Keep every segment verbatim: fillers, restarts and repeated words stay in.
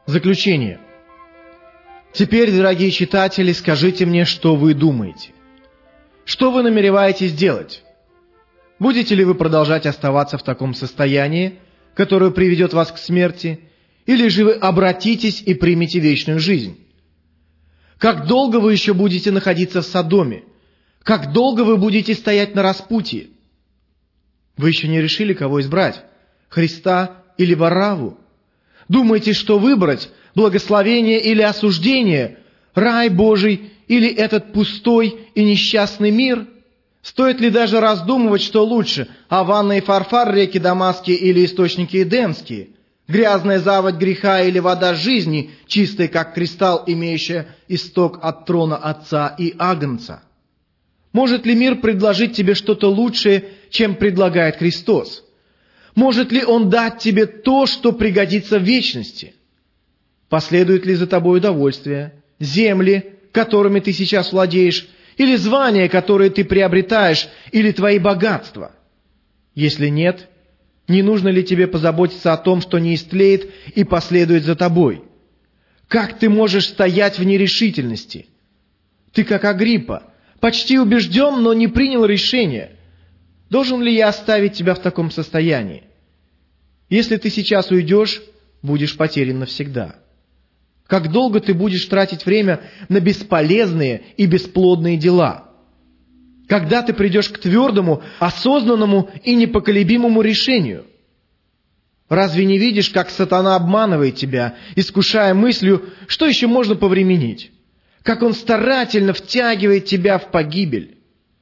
Заключение. Теперь, дорогие читатели, скажите мне, что вы думаете. Что вы намереваетесь делать? Будете ли вы продолжать оставаться в таком состоянии, которое приведет вас к смерти, или же вы обратитесь и примете вечную жизнь? Как долго вы еще будете находиться в Содоме? Как долго вы будете стоять на распутье? Вы еще не решили, кого избрать, Христа или Варавву? Думаете, что выбрать, благословение или осуждение, рай Божий или этот пустой и несчастный мир? Стоит ли даже раздумывать, что лучше, Аванна и Фарфар, реки Дамасские или источники Эдемские? Грязная заводь греха или вода жизни, чистая, как кристалл, имеющая исток от трона Отца и Агнца? Может ли мир предложить тебе что-то лучшее, чем предлагает Христос? Может ли Он дать тебе то, что пригодится в вечности? Последует ли за тобой удовольствие, земли, которыми ты сейчас владеешь, или звания, которые ты приобретаешь, или твои богатства? Если нет, не нужно ли тебе позаботиться о том, что не истлеет и последует за тобой? Как ты можешь стоять в нерешительности? Ты, как Агриппа, почти убежден, но не принял решения. Должен ли я оставить тебя в таком состоянии? Если ты сейчас уйдешь, будешь потерян навсегда. Как долго ты будешь тратить время на бесполезные и бесплодные дела? Когда ты придешь к твердому, осознанному и непоколебимому решению? Разве не видишь, как сатана обманывает тебя, искушая мыслью, что еще можно повременить? Как он старательно втягивает тебя в погибель?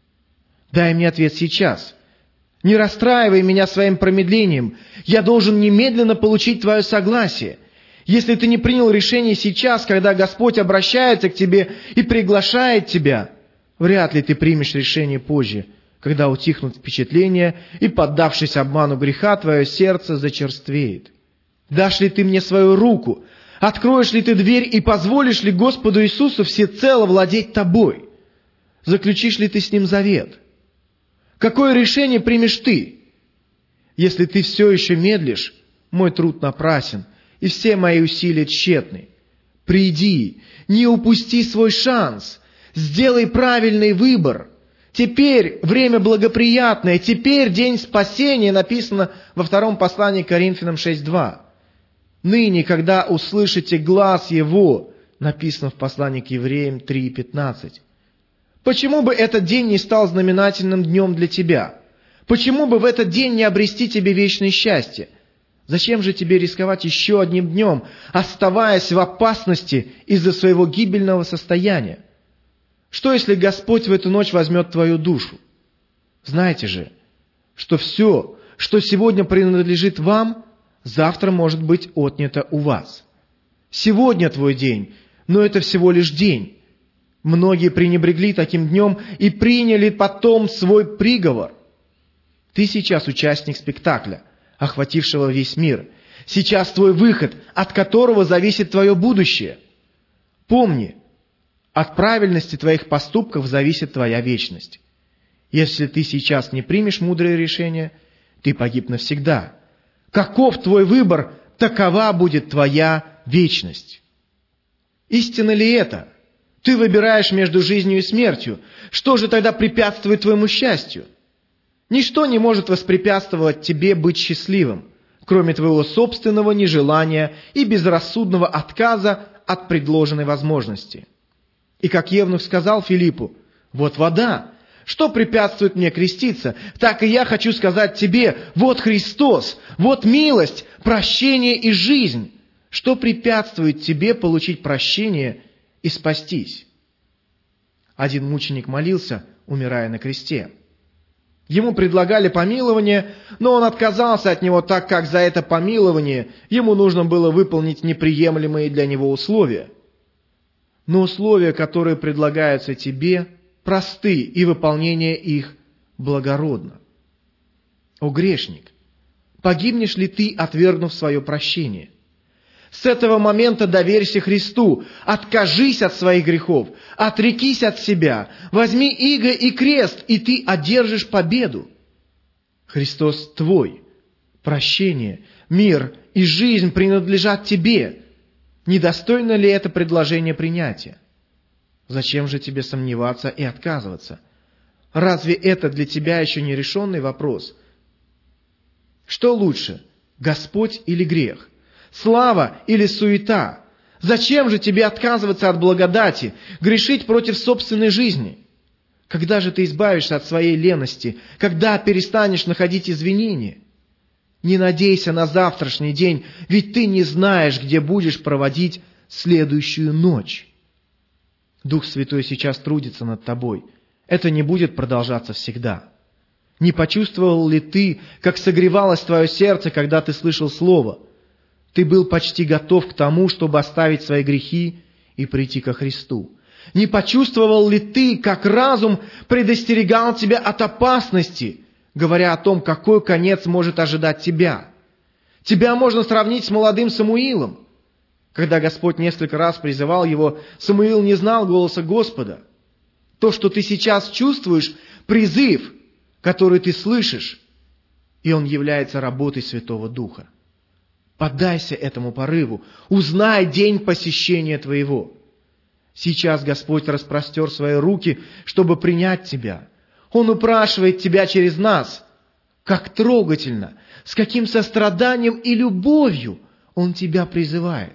Дай мне ответ сейчас. Не расстраивай меня своим промедлением. Я должен немедленно получить твое согласие. Если ты не принял решение сейчас, когда Господь обращается к тебе и приглашает тебя, вряд ли ты примешь решение позже, когда утихнут впечатления и, поддавшись обману греха, твое сердце зачерствеет. Дашь ли ты мне свою руку? Откроешь ли ты дверь и позволишь ли Господу Иисусу всецело владеть тобой? Заключишь ли ты с Ним завет? Какое решение примешь ты? Если ты все еще медлишь, мой труд напрасен, и все мои усилия тщетны. Приди, не упусти свой шанс, сделай правильный выбор. Теперь время благоприятное, теперь день спасения, написано во втором послании к Коринфянам шесть два. Ныне, когда услышите глас Его, написано в послании к Евреям три пятнадцать. Почему бы этот день не стал знаменательным днем для тебя? Почему бы в этот день не обрести тебе вечное счастье? Зачем же тебе рисковать еще одним днем, оставаясь в опасности из-за своего гибельного состояния? Что, если Господь в эту ночь возьмет твою душу? Знайте же, что все, что сегодня принадлежит вам, завтра может быть отнято у вас. Сегодня твой день, но это всего лишь день. Многие пренебрегли таким днем и приняли потом свой приговор. Ты сейчас участник спектакля, охватившего весь мир. Сейчас твой выход, от которого зависит твое будущее. Помни, от правильности твоих поступков зависит твоя вечность. Если ты сейчас не примешь мудрое решение, ты погиб навсегда. Каков твой выбор, такова будет твоя вечность. Истина ли это? Ты выбираешь между жизнью и смертью. Что же тогда препятствует твоему счастью? Ничто не может воспрепятствовать тебе быть счастливым, кроме твоего собственного нежелания и безрассудного отказа от предложенной возможности. И как Евнух сказал Филиппу: «Вот вода. Что препятствует мне креститься? Так и я хочу сказать тебе: вот Христос, вот милость, прощение и жизнь. Что препятствует тебе получить прощение и спастись?» Один мученик молился, умирая на кресте. Ему предлагали помилование, но он отказался от него, так как за это помилование ему нужно было выполнить неприемлемые для него условия. Но условия, которые предлагаются тебе, просты, и выполнение их благородно. О грешник, погибнешь ли ты, отвергнув свое прощение? С этого момента доверься Христу, откажись от своих грехов, отрекись от себя, возьми иго и крест, и ты одержишь победу. Христос твой, прощение, мир и жизнь принадлежат тебе. Недостойно ли это предложение принятия? Зачем же тебе сомневаться и отказываться? Разве это для тебя еще не решенный вопрос? Что лучше, Господь или грех? Слава или суета? Зачем же тебе отказываться от благодати, грешить против собственной жизни? Когда же ты избавишься от своей лености? Когда перестанешь находить извинения? Не надейся на завтрашний день, ведь ты не знаешь, где будешь проводить следующую ночь. Дух Святой сейчас трудится над тобой. Это не будет продолжаться всегда. Не почувствовал ли ты, как согревалось твое сердце, когда ты слышал Слово? Ты был почти готов к тому, чтобы оставить свои грехи и прийти ко Христу. Не почувствовал ли ты, как разум предостерегал тебя от опасности, говоря о том, какой конец может ожидать тебя? Тебя можно сравнить с молодым Самуилом. Когда Господь несколько раз призывал его, Самуил не знал голоса Господа. То, что ты сейчас чувствуешь, призыв, который ты слышишь, и он является работой Святого Духа. Поддайся этому порыву, узнай день посещения твоего. Сейчас Господь распростер свои руки, чтобы принять тебя. Он упрашивает тебя через нас. Как трогательно, с каким состраданием и любовью Он тебя призывает.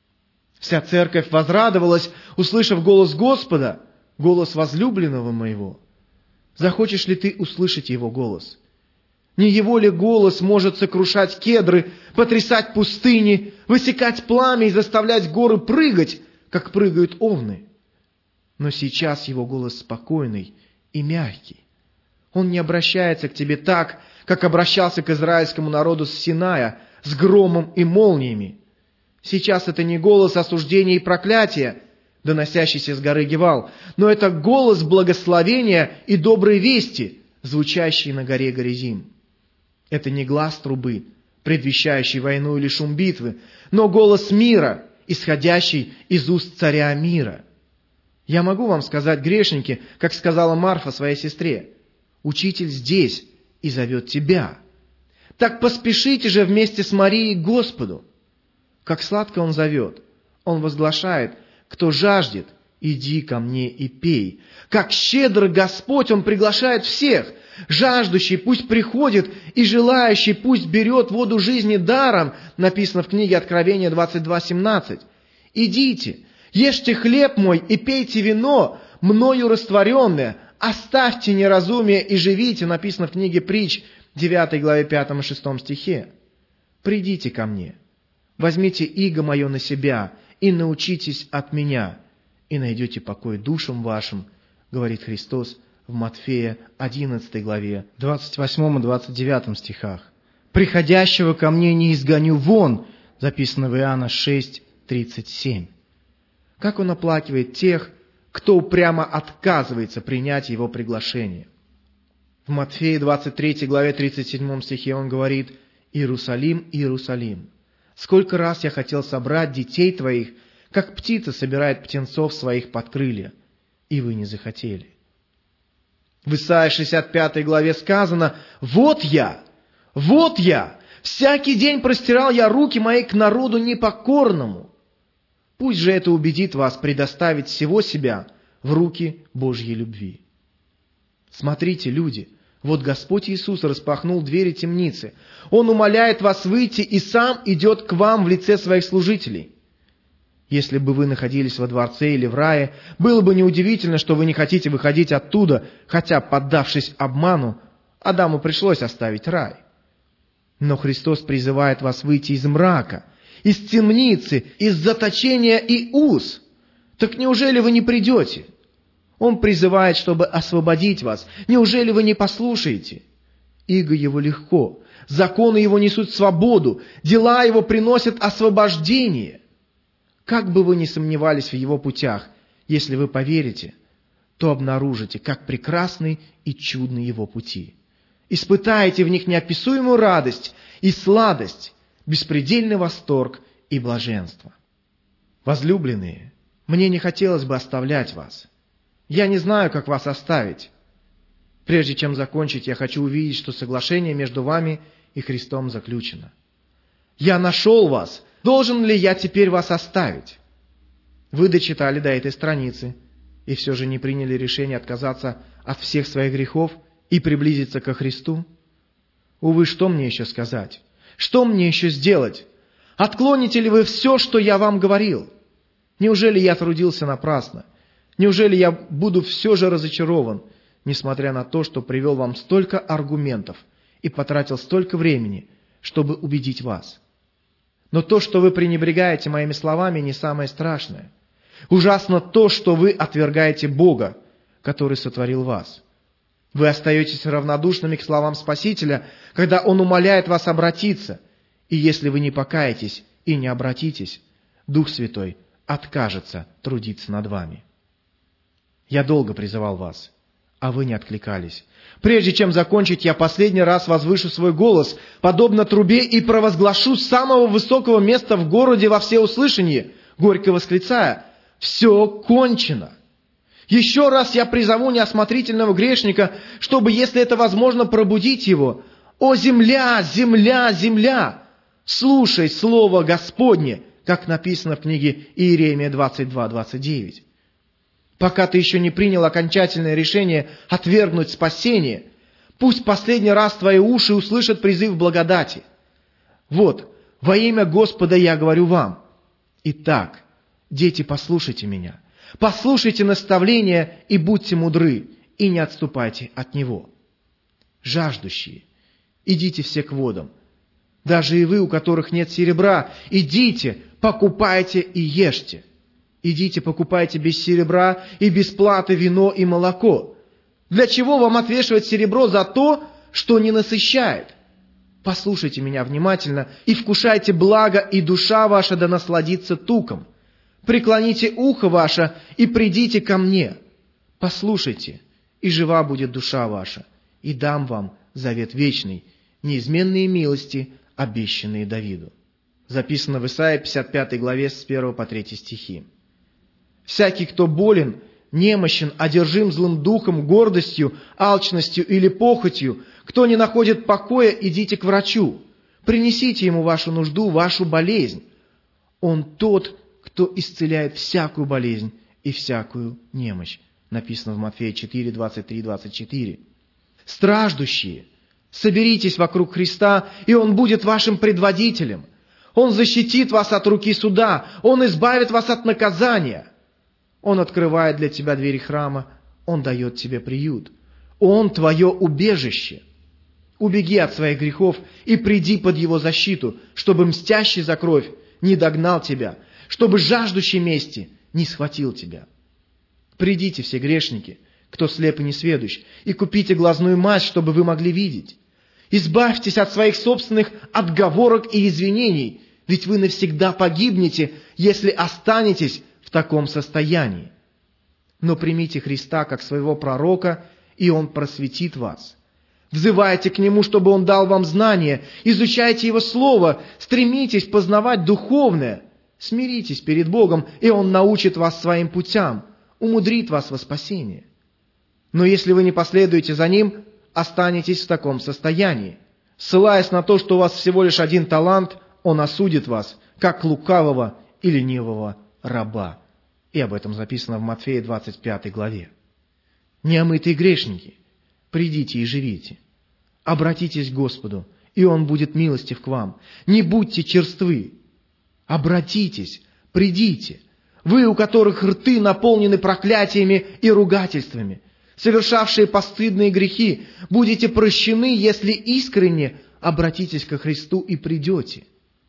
Вся церковь возрадовалась, услышав голос Господа, голос возлюбленного моего. Захочешь ли ты услышать Его голос? Не Его ли голос может сокрушать кедры, потрясать пустыни, высекать пламя и заставлять горы прыгать, как прыгают овны? Но сейчас Его голос спокойный и мягкий. Он не обращается к тебе так, как обращался к израильскому народу с Синая, с громом и молниями. Сейчас это не голос осуждения и проклятия, доносящийся с горы Гевал, но это голос благословения и доброй вести, звучащий на горе Горизим. Это не глас трубы, предвещающий войну или шум битвы, но голос мира, исходящий из уст царя мира. Я могу вам сказать, грешники, как сказала Марфа своей сестре, «Учитель здесь и зовет тебя». Так поспешите же вместе с Марией к Господу. Как сладко Он зовет. Он возглашает: «Кто жаждет, иди ко мне и пей». Как щедро Господь Он приглашает всех. Жаждущий пусть приходит, и желающий пусть берет воду жизни даром, написано в книге Откровения двадцать два семнадцать. «Идите, ешьте хлеб мой и пейте вино, мною растворенное, оставьте неразумие и живите», написано в книге Притч, девятой главе пятом и шестом стихе. «Придите ко мне, возьмите иго мое на себя и научитесь от меня, и найдете покой душам вашим», говорит Христос в Матфея одиннадцатой главе, двадцать восьмом и двадцать девятом стихах. «Приходящего ко мне не изгоню вон», записано в Иоанна шесть тридцать семь. Как Он оплакивает тех, кто упрямо отказывается принять Его приглашение. В Матфея двадцать третьей главе тридцать седьмом стихе Он говорит: «Иерусалим, Иерусалим, сколько раз я хотел собрать детей твоих, как птица собирает птенцов своих под крылья, и вы не захотели». В Исайя шестьдесят пятой главе сказано: «Вот я, вот я, всякий день простирал я руки мои к народу непокорному». Пусть же это убедит вас предоставить всего себя в руки Божьей любви. Смотрите, люди, вот Господь Иисус распахнул двери темницы. Он умоляет вас выйти и сам идет к вам в лице своих служителей. Если бы вы находились во дворце или в рае, было бы неудивительно, что вы не хотите выходить оттуда, хотя, поддавшись обману, Адаму пришлось оставить рай. Но Христос призывает вас выйти из мрака, из темницы, из заточения и уз. Так неужели вы не придете? Он призывает, чтобы освободить вас. Неужели вы не послушаете? Иго Его легко, законы Его несут свободу, дела Его приносят освобождение. Как бы вы ни сомневались в Его путях, если вы поверите, то обнаружите, как прекрасны и чудны Его пути. Испытаете в них неописуемую радость и сладость, беспредельный восторг и блаженство. Возлюбленные, мне не хотелось бы оставлять вас. Я не знаю, как вас оставить. Прежде чем закончить, я хочу увидеть, что соглашение между вами и Христом заключено. Я нашел вас, Должен ли я теперь вас оставить? Вы дочитали до этой страницы и все же не приняли решение отказаться от всех своих грехов и приблизиться ко Христу? Увы, что мне еще сказать? Что мне еще сделать? Отклоните ли вы все, что я вам говорил? Неужели я трудился напрасно? Неужели я буду все же разочарован, несмотря на то, что привел вам столько аргументов и потратил столько времени, чтобы убедить вас? Но то, что вы пренебрегаете моими словами, не самое страшное. Ужасно то, что вы отвергаете Бога, который сотворил вас. Вы остаетесь равнодушными к словам Спасителя, когда Он умоляет вас обратиться. И если вы не покаетесь и не обратитесь, Дух Святой откажется трудиться над вами. Я долго призывал вас, а вы не откликались. Прежде чем закончить, я последний раз возвышу свой голос, подобно трубе, и провозглашу с самого высокого места в городе во всеуслышание, горько восклицая: «Все кончено!» Еще раз я призову неосмотрительного грешника, чтобы, если это возможно, пробудить его. «О, земля, земля, земля! Слушай слово Господне!» как написано в книге Иеремия двадцать два двадцать девять. Пока ты еще не принял окончательное решение отвергнуть спасение, пусть последний раз твои уши услышат призыв благодати. Вот, во имя Господа я говорю вам. Итак, дети, послушайте меня. Послушайте наставления и будьте мудры, и не отступайте от него. Жаждущие, идите все к водам. Даже и вы, у которых нет серебра, идите, покупайте и ешьте. Идите, покупайте без серебра и без платы вино и молоко. Для чего вам отвешивать серебро за то, что не насыщает? Послушайте меня внимательно и вкушайте благо, и душа ваша да насладится туком. Преклоните ухо ваше и придите ко мне. Послушайте, и жива будет душа ваша, и дам вам завет вечный, неизменные милости, обещанные Давиду. Записано в Исаии пятьдесят пятой главе с первого по третий стихи. «Всякий, кто болен, немощен, одержим злым духом, гордостью, алчностью или похотью, кто не находит покоя, идите к врачу. Принесите ему вашу нужду, вашу болезнь. Он тот, кто исцеляет всякую болезнь и всякую немощь». Написано в Матфея четыре, двадцать три, двадцать четыре. «Страждущие, соберитесь вокруг Христа, и Он будет вашим предводителем. Он защитит вас от руки суда, Он избавит вас от наказания. Он открывает для тебя двери храма, Он дает тебе приют. Он твое убежище. Убеги от своих грехов и приди под Его защиту, чтобы мстящий за кровь не догнал тебя, чтобы жаждущий мести не схватил тебя. Придите все грешники, кто слеп и несведущ, и купите глазную мазь, чтобы вы могли видеть. Избавьтесь от своих собственных отговорок и извинений, ведь вы навсегда погибнете, если останетесь в таком состоянии. Но примите Христа как своего пророка, и Он просветит вас. Взывайте к Нему, чтобы Он дал вам знания, изучайте Его Слово, стремитесь познавать духовное, смиритесь перед Богом, и Он научит вас своим путям, умудрит вас во спасение. Но если вы не последуете за Ним, останетесь в таком состоянии. Ссылаясь на то, что у вас всего лишь один талант, Он осудит вас, как лукавого и ленивого раба. И об этом записано в Матфея двадцать пятой главе. Неомытые грешники, придите и живите. Обратитесь к Господу, и Он будет милостив к вам. Не будьте черствы. Обратитесь, придите. Вы, у которых рты наполнены проклятиями и ругательствами, совершавшие постыдные грехи, будете прощены, если искренне обратитесь ко Христу и придете.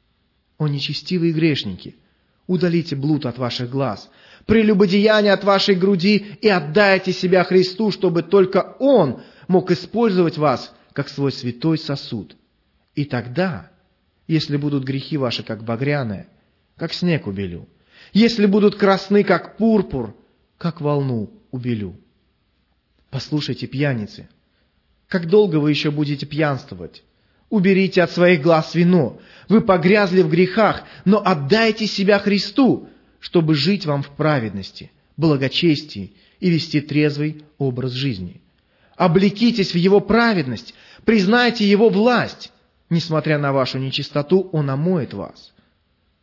О нечестивые грешники, удалите блуд от ваших глаз, прелюбодеяние от вашей груди и отдайте себя Христу, чтобы только Он мог использовать вас как свой святой сосуд. И тогда, если будут грехи ваши, как багряное, как снег убелю, если будут красны, как пурпур, как волну убелю. Послушайте, пьяницы, как долго вы еще будете пьянствовать? Уберите от своих глаз вино. Вы погрязли в грехах, но отдайте себя Христу, чтобы жить вам в праведности, благочестии и вести трезвый образ жизни. Облекитесь в Его праведность, признайте Его власть. Несмотря на вашу нечистоту, Он омоет вас.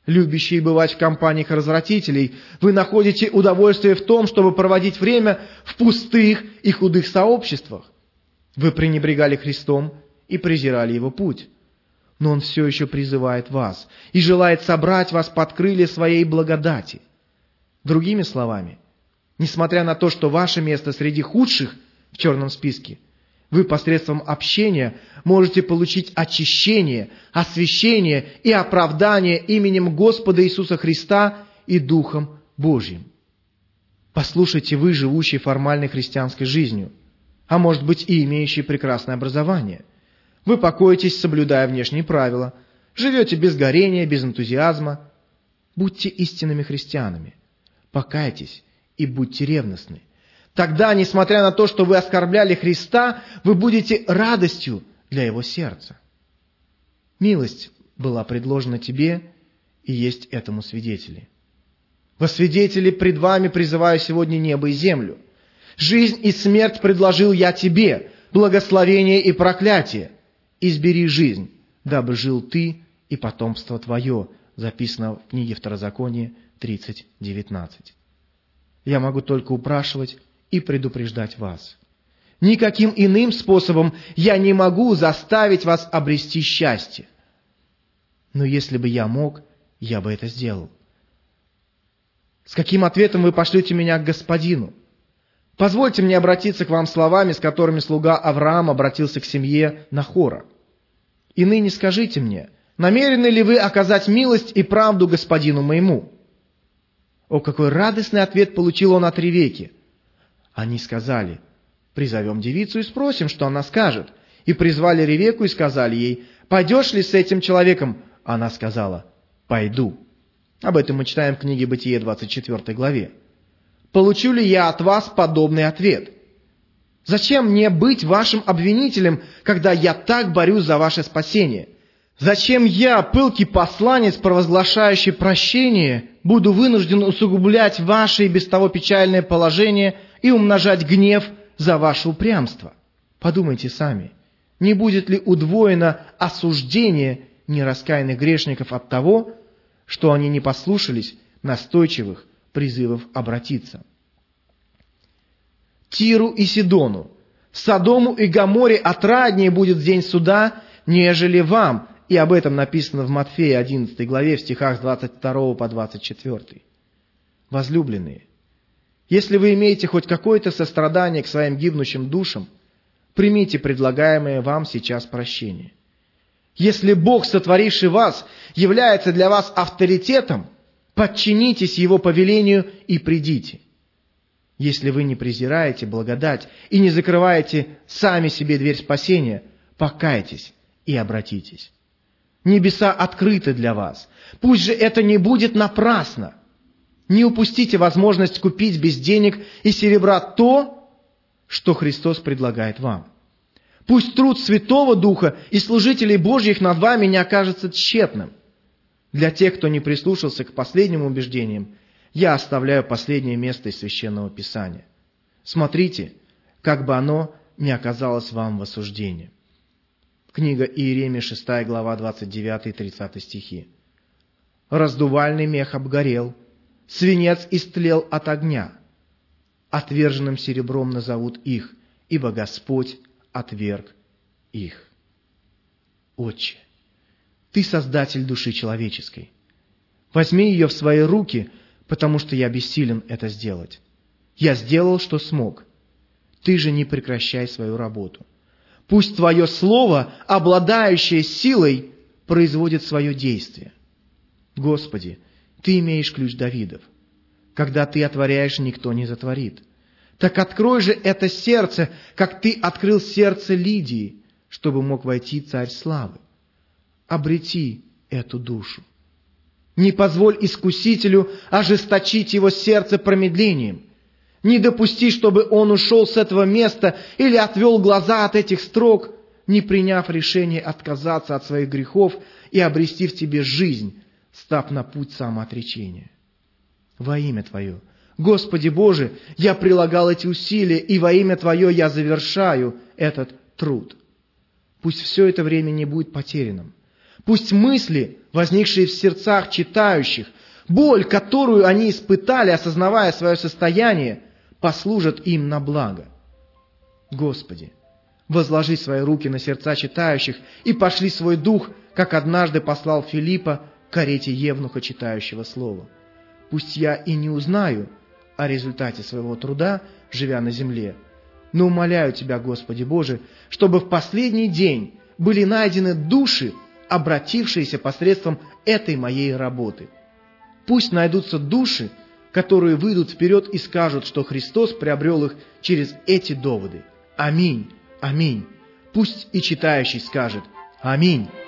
Любящие бывать в компаниях развратителей, вы находите удовольствие в том, чтобы проводить время в пустых и худых сообществах. Вы пренебрегали Христом и презирали Его путь. Но Он все еще призывает вас и желает собрать вас под крылья Своей благодати. Другими словами, несмотря на то, что ваше место среди худших в черном списке, вы посредством общения можете получить очищение, освящение и оправдание именем Господа Иисуса Христа и Духом Божьим. Послушайте вы, живущие формальной христианской жизнью, а может быть и имеющие прекрасное образование. Вы покоитесь, соблюдая внешние правила, живете без горения, без энтузиазма. Будьте истинными христианами, покайтесь и будьте ревностны. Тогда, несмотря на то, что вы оскорбляли Христа, вы будете радостью для Его сердца. Милость была предложена тебе, и есть этому свидетели. Во свидетели пред вами призываю сегодня небо и землю. Жизнь и смерть предложил я тебе, благословение и проклятие. Избери жизнь, дабы жил ты и потомство твое, записано в книге Второзакония тридцать девятнадцать. Я могу только упрашивать и предупреждать вас. Никаким иным способом я не могу заставить вас обрести счастье. Но если бы я мог, я бы это сделал. С каким ответом вы пошлете меня к Господину? Позвольте мне обратиться к вам словами, с которыми слуга Авраам обратился к семье Нахора. «И ныне скажите мне, намерены ли вы оказать милость и правду господину моему?» О, какой радостный ответ получил он от Ревекки! Они сказали: «Призовем девицу и спросим, что она скажет». И призвали Ревекку и сказали ей: «Пойдешь ли с этим человеком?» Она сказала: «Пойду». Об этом мы читаем в книге Бытие, двадцать четвёртой главе. Получу ли я от вас подобный ответ? Зачем мне быть вашим обвинителем, когда я так борюсь за ваше спасение? Зачем я, пылкий посланец, провозглашающий прощение, буду вынужден усугублять ваше и без того печальное положение и умножать гнев за ваше упрямство? Подумайте сами, не будет ли удвоено осуждение нераскаянных грешников от того, что они не послушались настойчивых призывов обратиться? Тиру и Сидону, Содому и Гоморе отраднее будет день суда, нежели вам. И об этом написано в Матфея одиннадцатой главе в стихах с двадцать второго по двадцать четвёртый. Возлюбленные, если вы имеете хоть какое-то сострадание к своим гибнущим душам, примите предлагаемое вам сейчас прощение. Если Бог, сотворивший вас, является для вас авторитетом, подчинитесь Его повелению и придите. Если вы не презираете благодать и не закрываете сами себе дверь спасения, покайтесь и обратитесь. Небеса открыты для вас. Пусть же это не будет напрасно. Не упустите возможность купить без денег и серебра то, что Христос предлагает вам. Пусть труд Святого Духа и служителей Божьих над вами не окажется тщетным. Для тех, кто не прислушался к последним убеждениям, я оставляю последнее место из Священного Писания. Смотрите, как бы оно не оказалось вам в осуждении. Книга Иеремии, шестая глава, двадцать девятый и тридцатый стихи. «Раздувальный мех обгорел, свинец истлел от огня. Отверженным серебром назовут их, ибо Господь отверг их». Отче, Ты создатель души человеческой. Возьми ее в свои руки, потому что я бессилен это сделать. Я сделал, что смог. Ты же не прекращай свою работу. Пусть Твое Слово, обладающее силой, производит свое действие. Господи, Ты имеешь ключ Давидов. Когда Ты отворяешь, никто не затворит. Так открой же это сердце, как Ты открыл сердце Лидии, чтобы мог войти Царь Славы. Обрети эту душу. Не позволь искусителю ожесточить его сердце промедлением. Не допусти, чтобы он ушел с этого места или отвел глаза от этих строк, не приняв решение отказаться от своих грехов и обрести в тебе жизнь, став на путь самоотречения. Во имя Твое, Господи Боже, я прилагал эти усилия, и во имя Твое я завершаю этот труд. Пусть все это время не будет потерянным. Пусть мысли, возникшие в сердцах читающих, боль, которую они испытали, осознавая свое состояние, послужат им на благо. Господи, возложи свои руки на сердца читающих и пошли свой дух, как однажды послал Филиппа к карете евнуха, читающего слово. Пусть я и не узнаю о результате своего труда, живя на земле, но умоляю Тебя, Господи Боже, чтобы в последний день были найдены души, обратившиеся посредством этой моей работы. Пусть найдутся души, которые выйдут вперед и скажут, что Христос приобрел их через эти доводы. Аминь, аминь. Пусть и читающий скажет: аминь.